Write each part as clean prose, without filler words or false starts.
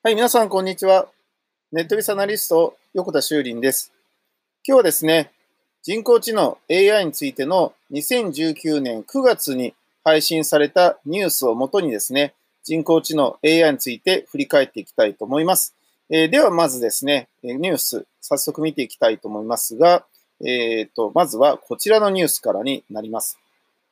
はい、皆さん、こんにちは。ネットビスアナリスト、横田修林です。今日はですね、人工知能 AI についての2019年9月に配信されたニュースをもとにですね、人工知能 AI について振り返っていきたいと思います。では、まずですね、ニュース、早速見ていきたいと思いますが、まずはこちらのニュースからになります。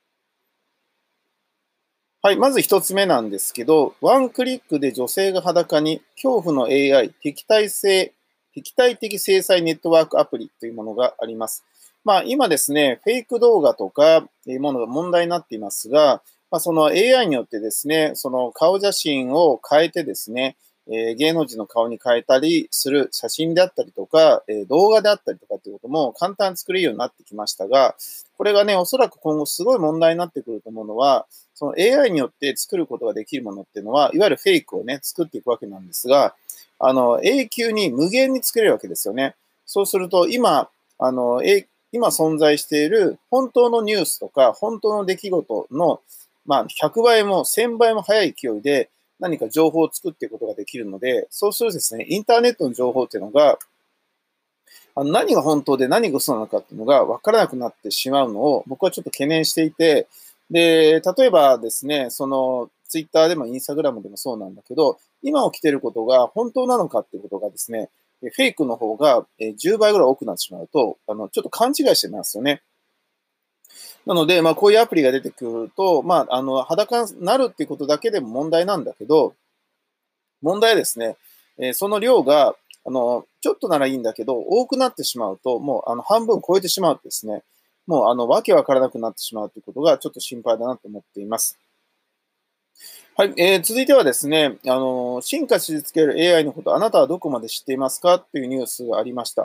はい、まず一つ目なんですけど、ワンクリックで女性が裸に恐怖の AI 敵対的制裁ネットワークアプリというものがあります。今ですね、フェイク動画とかいうものが問題になっていますが、その AI によってですね、その顔写真を変えてですね、芸能人の顔に変えたりする写真であったりとか、動画であったりとかっていうことも簡単に作れるようになってきましたが、これがね、おそらく今後すごい問題になってくると思うのは、その AI によって作ることができるものっていうのは、いわゆるフェイクをね、作っていくわけなんですが、永久に無限に作れるわけですよね。そうすると、今存在している本当のニュースとか、本当の出来事の、100倍も1000倍も速い勢いで何か情報を作っていくことができるので、そうするとですね、インターネットの情報っていうのが、何が本当で何が嘘なのかっていうのが分からなくなってしまうのを僕はちょっと懸念していて、で、例えばですね、そのツイッターでもインスタグラムでもそうなんだけど、今起きていることが本当なのかっていうことがですね、フェイクの方が10倍ぐらい多くなってしまうと、ちょっと勘違いしてますよね。なので、こういうアプリが出てくると、裸になるっていうことだけでも問題なんだけど、問題はですね、その量が、ちょっとならいいんだけど、多くなってしまうと、もう、半分超えてしまうとですね、もう、わけわからなくなってしまうということが、ちょっと心配だなと思っています。はい、続いてはですね、進化し続ける AI のこと、あなたはどこまで知っていますかっていうニュースがありました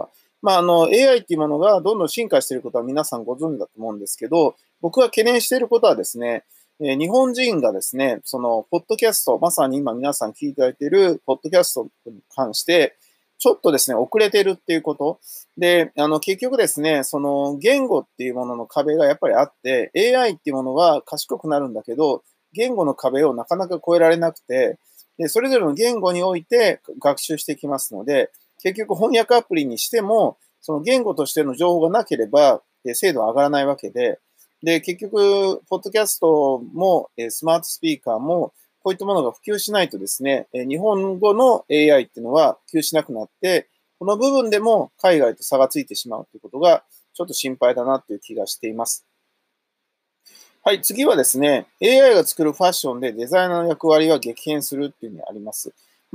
。AI っていうものがどんどん進化していることは皆さんご存知だと思うんですけど、僕が懸念していることはですね、日本人がですね、その、ポッドキャスト、まさに今皆さん聞いていただいているポッドキャストに関して、ちょっとですね、遅れてるっていうこと。で、結局ですね、その、言語っていうものの壁がやっぱりあって、AI っていうものは賢くなるんだけど、言語の壁をなかなか越えられなくて、で、それぞれの言語において学習していきますので、結局翻訳アプリにしても、その言語としての情報がなければ、精度は上がらないわけで、で、結局、ポッドキャストも、スマートスピーカーも、こういったものが普及しないとですね、日本語の AI っていうのは普及しなくなって、この部分でも海外と差がついてしまうということが、ちょっと心配だなという気がしています。はい、次はですね、AI が作るファッションでデザイナーの役割は激変するっていうのにあります。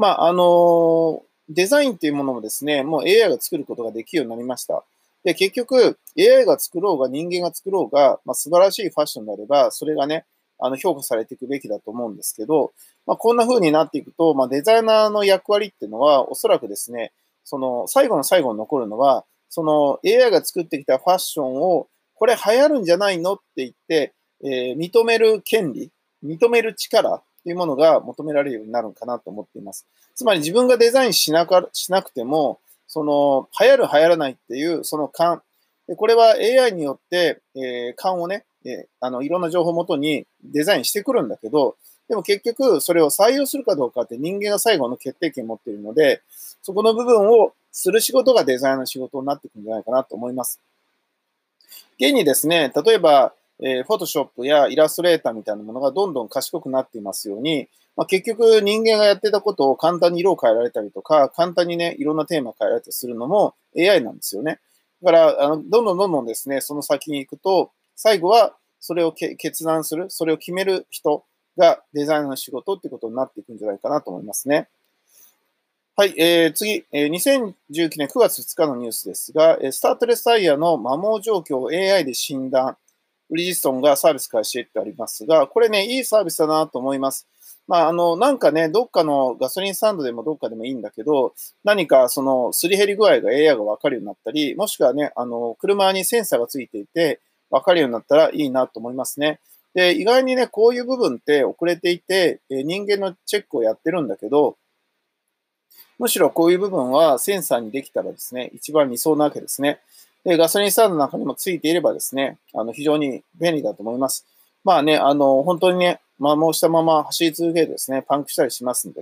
デザインっていうものもですね、もう AI が作ることができるようになりました。で、結局、AI が作ろうが人間が作ろうが、素晴らしいファッションであれば、それがね、評価されていくべきだと思うんですけど、こんな風になっていくと、デザイナーの役割っていうのは、おそらくですね、その、最後の最後に残るのは、その AI が作ってきたファッションを、これ流行るんじゃないのって言って、認める権利、認める力っていうものが求められるようになるのかなと思っています。つまり自分がデザインしなくても、その、流行る流行らないっていう、その勘。でこれは AI によって、勘をね、いろんな情報をもとにデザインしてくるんだけど、でも結局それを採用するかどうかって人間が最後の決定権を持っているので、そこの部分をする仕事がデザイナーの仕事になっていくんじゃないかなと思います。現にですね、例えば、フォトショップやイラストレーターみたいなものがどんどん賢くなっていますように、結局人間がやってたことを簡単に色を変えられたりとか、簡単にね、いろんなテーマ変えられたりするのも AI なんですよね。だから、どんどんですね、その先に行くと、最後はそれを決断する、それを決める人がデザイナーの仕事ってことになっていくんじゃないかなと思いますね。はい、次、2019年9月2日のニュースですが、スタートレスタイヤの摩耗状況を AI で診断、ブリヂストンがサービス開始ってありますが、これね、いいサービスだなと思います。なんかね、どっかのガソリンスタンドでもどっかでもいいんだけど、何かそのすり減り具合が AI がわかるようになったり、もしくはね、車にセンサーがついていて、わかるようになったらいいなと思いますね。で、意外にね、こういう部分って遅れていて、人間のチェックをやってるんだけど、むしろこういう部分はセンサーにできたらですね、一番理想なわけですね。で、ガソリンスタンドの中にもついていればですね、非常に便利だと思います。本当にね、摩耗したまま走り続けるとですね、パンクしたりしますんでね、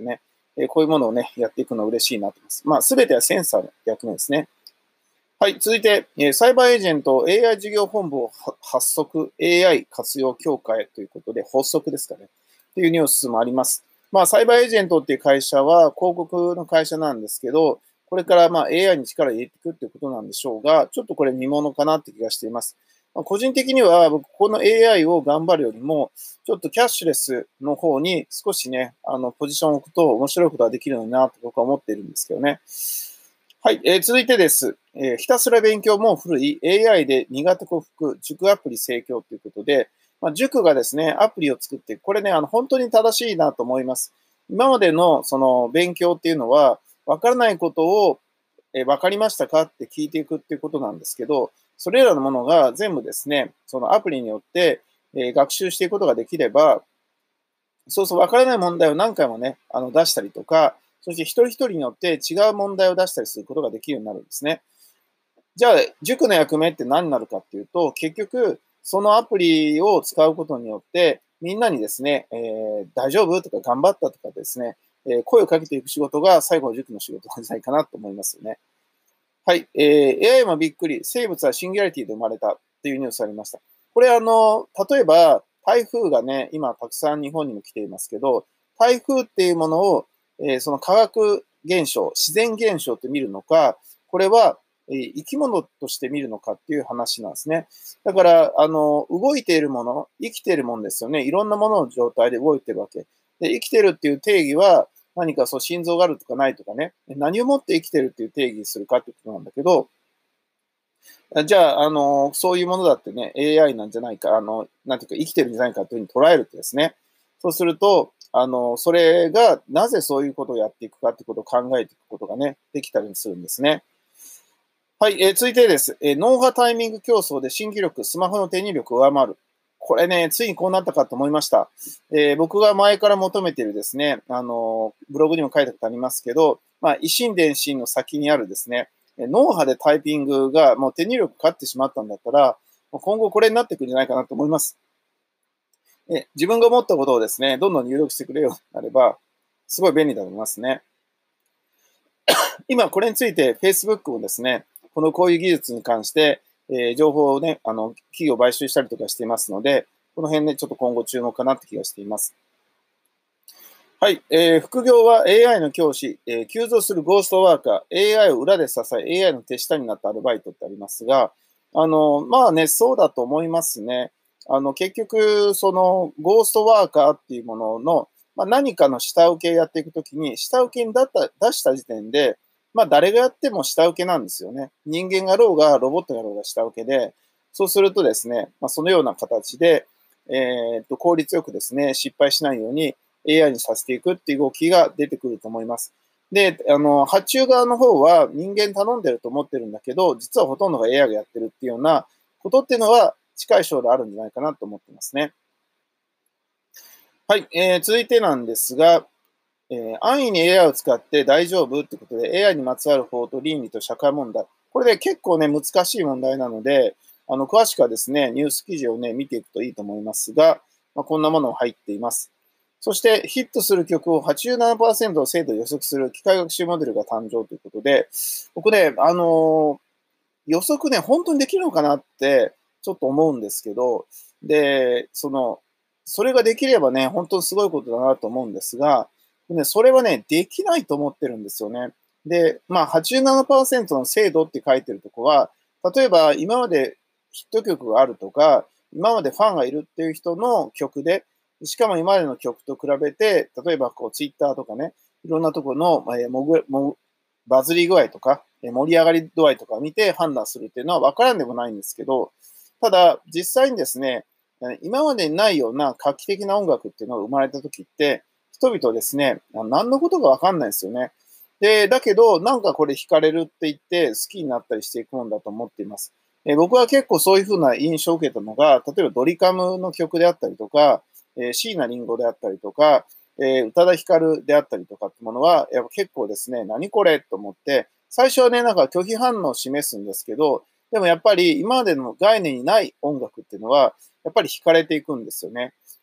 こういうものをね、やっていくのは嬉しいなと思います。まあ、すべてはセンサーの役目ですね。はい、続いて、サイバーエージェント AI 事業本部を発足 AI 活用強化へということで、発足ですかね。というニュースもあります。まあ、サイバーエージェントっていう会社は広告の会社なんですけど、これからまあ AI に力を入れていくっていうことなんでしょうが、ちょっとこれ見ものかなって気がしています。まあ、個人的には僕、この AI を頑張るよりも、ちょっとキャッシュレスの方に少しね、ポジションを置くと面白いことができるのになと僕は思っているんですけどね。はい、続いてです。ひたすら勉強も古い AI で苦手克服、塾アプリ盛況ということで、まあ、塾がですね、アプリを作って、これね、本当に正しいなと思います。今までのその勉強っていうのは、わからないことを、わかりましたかって聞いていくっていうことなんですけど、それらのものが全部ですね、そのアプリによって、学習していくことができれば、そうそう、わからない問題を何回もね、出したりとか、そして一人一人によって違う問題を出したりすることができるようになるんですね。じゃあ、塾の役目って何になるかっていうと、結局、そのアプリを使うことによって、みんなにですね、大丈夫とか頑張ったとかですね、声をかけていく仕事が最後の塾の仕事なんじゃないかなと思いますよね。はい、AI もびっくり、生物はシンギュラリティで生まれたっていうニュースありました。これ例えば、台風がね、今たくさん日本にも来ていますけど、台風っていうものを、その化学現象、自然現象と見るのか、これは、生き物として見るのかっていう話なんですね。だから、動いているもの、生きているものですよね。いろんなものの状態で動いてるわけ。で、生きてるっていう定義は、何かそう心臓があるとかないとかね、何をもって生きてるっていう定義するかってことなんだけど、じゃあ、そういうものだってね、AI なんじゃないか、なんていうか、生きてるんじゃないかというふうに捉えるとですね、そうすると、それがなぜそういうことをやっていくかってことを考えていくことがね、できたりするんですね。はい、続いてです。脳波タイミング競争で新記録、スマホの手入力を上回る。これね、ついにこうなったかと思いました。僕が前から求めているですね、ブログにも書いたことありますけど、まあ、維新伝心の先にあるですね、脳波でタイピングがもう手入力勝ってしまったんだったら、今後これになっていくんじゃないかなと思います。自分が思ったことをですね、どんどん入力してくれようとなれば、すごい便利だと思いますね。今これについて Facebook もですね、こういう技術に関して、情報をね、企業を買収したりとかしていますので、この辺ね、ちょっと今後注目かなって気がしています。はい、副業は AI の教師、急増するゴーストワーカー、AI を裏で支え、AI の手下になったアルバイトってありますが、まあね、そうだと思いますね。結局、そのゴーストワーカーっていうものの、まあ、何かの下請けやっていくときに、下請けに出した時点で、まあ、誰がやっても下請けなんですよね。人間がろうが、ロボットがろうが下請けで、そうするとですね、まあ、そのような形で、効率よくですね、失敗しないように AI にさせていくっていう動きが出てくると思います。で、発注側の方は人間頼んでると思ってるんだけど、実はほとんどが AI がやってるっていうようなことっていうのは近い将来あるんじゃないかなと思ってますね。はい、続いてなんですが、安易に AI を使って大丈夫ってことで、AI にまつわる法と倫理と社会問題。これで、結構ね、難しい問題なので、詳しくはですね、ニュース記事をね、見ていくといいと思いますが、まあ、こんなものが入っています。そして、ヒットする曲を87%の精度で予測する機械学習モデルが誕生ということで、僕ね、予測ね、本当にできるのかなってちょっと思うんですけど、で、それができればね、本当にすごいことだなと思うんですが、ね、それはね、できないと思ってるんですよね。で、まあ、87%の精度って書いてるとこは、例えば今までヒット曲があるとか、今までファンがいるっていう人の曲で、しかも今までの曲と比べて、例えばこうツイッターとかね、いろんなところの、バズり具合とか、盛り上がり度合いとかを見て判断するっていうのは分からんでもないんですけど、ただ、実際にですね、今までにないような画期的な音楽っていうのが生まれた時って、人々ですね、何のことか分かんないですよね。で、だけど、なんかこれ惹かれるって言って好きになったりしていくもんだと思っています。僕は結構そういうふうな印象を受けたのが、例えばドリカムの曲であったりとか、椎名林檎であったりとか、宇多田ヒカルであったりとかってものは、やっぱ結構ですね、何これと思って、最初はね、なんか拒否反応を示すんですけど、でもやっぱり今までの概念にない音楽っていうのは、やっぱり惹かれていくんですよね。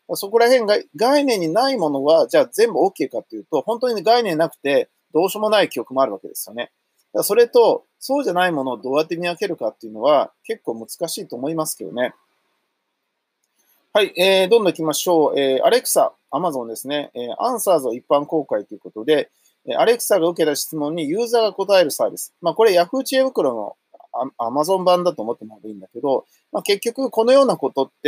そこら辺が概念にないものは、じゃあ全部 OK かというと、本当に概念なくてどうしようもない記憶もあるわけですよね。それと、そうじゃないものをどうやって見分けるかっていうのは結構難しいと思いますけどね。はい、どんどん行きましょう。アレクサ、アマゾンですね。アンサーズを一般公開ということで、アレクサが受けた質問にユーザーが答えるサービス。これ Yahoo 知恵袋のアマゾン版だと思ってもらえばいいんだけど、結局このようなことって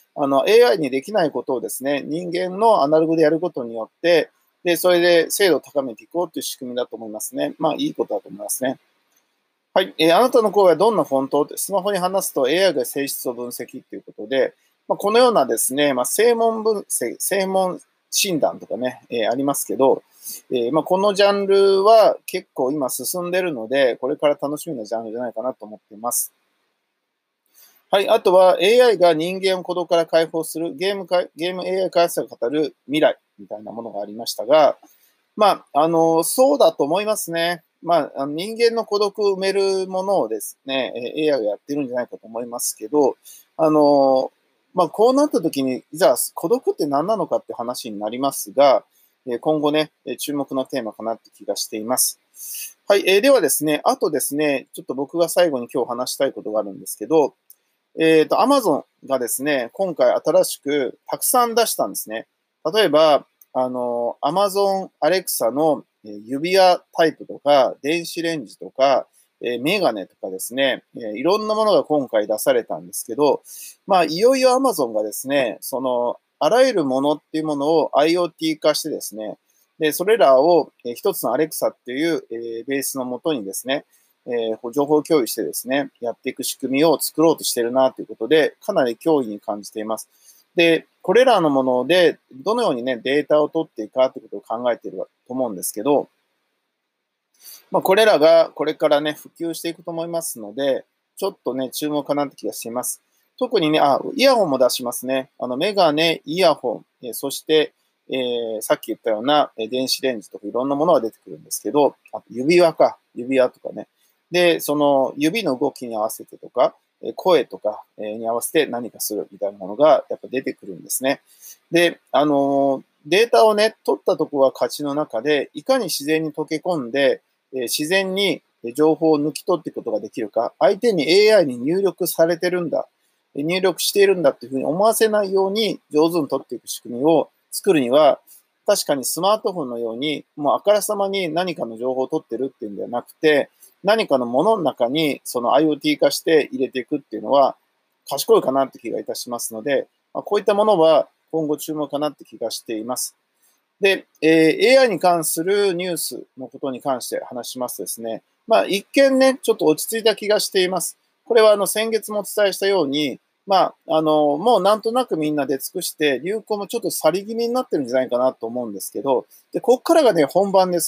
、AI にできないことをですね、人間のアナログでやることによって、で、それで精度を高めていこうという仕組みだと思いますね。いいことだと思いますね。はい。あなたの声はどんなフォントってスマホに話すと AI が性質を分析ということで、このようなですね、声紋分析、声紋診断とかね、ありますけど、このジャンルは結構今進んでるので、これから楽しみなジャンルじゃないかなと思っています。はい。あとは AI が人間を孤独から解放するゲーム AI 開発者が語る未来みたいなものがありましたが、そうだと思いますね。人間の孤独を埋めるものをですね、AI がやってるんじゃないかと思いますけど、こうなった時に、じゃあ孤独って何なのかって話になりますが、今後ね、注目のテーマかなって気がしています。はい。ではですね、あとですね、ちょっと僕が最後に今日話したいことがあるんですけど、Amazon がですね、今回新しくたくさん出したんですね。例えば、Amazon Alexa の指輪タイプとか、電子レンジとか、メガネとかですね、いろんなものが今回出されたんですけど、いよいよ Amazon がですね、あらゆるものっていうものを IoT 化してですね、で、それらを一つの Alexa っていう、ベースのもとにですね、情報共有してですね、やっていく仕組みを作ろうとしているなということで、かなり脅威に感じています。で、これらのもので、どのようにね、データを取っていくかということを考えていると思うんですけど、これらがこれからね、普及していくと思いますので、ちょっとね、注目かなって気がしています。特にね、イヤホンも出しますね。メガネ、イヤホン、そして、さっき言ったような電子レンジとかいろんなものが出てくるんですけど、あと指輪とかね。で、その指の動きに合わせてとか、声とかに合わせて何かするみたいなものがやっぱ出てくるんですね。で、データをね、取ったところは勝ちの中で、いかに自然に溶け込んで、自然に情報を抜き取っていくことができるか、相手に AI に入力されてるんだ、入力しているんだっていうふうに思わせないように上手に取っていく仕組みを作るには、確かにスマートフォンのように、もうあからさまに何かの情報を取ってるっていうんではなくて、何かのものの中にその IoT 化して入れていくっていうのは、賢いかなって気がいたしますので、こういったものは今後注目かなって気がしています。で、AI に関するニュースのことに関して話しますとですね、一見ね、ちょっと落ち着いた気がしています。これは先月もお伝えしたように、もうなんとなくみんな出尽くして、流行もちょっと去り気味になってるんじゃないかなと思うんですけど、で、ここからがね、本番です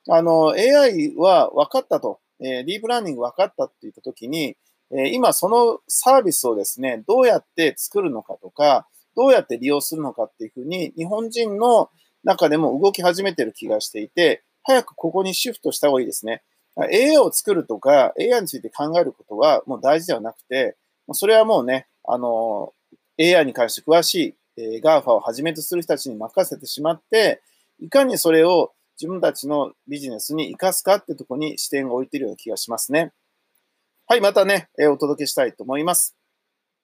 。AI は分かったと、ディープラーニング分かったって言ったときに、今そのサービスをですね、どうやって作るのかとか、どうやって利用するのかっていうふうに、日本人の中でも動き始めてる気がしていて、早くここにシフトした方がいいですね。AI を作るとか、AI について考えることはもう大事ではなくて、それはもうね、AI に関して詳しい、GAFA をはじめとする人たちに任せてしまって、いかにそれを自分たちのビジネスに活かすかってところに視点を置いているような気がしますね。はい、またね、お届けしたいと思います。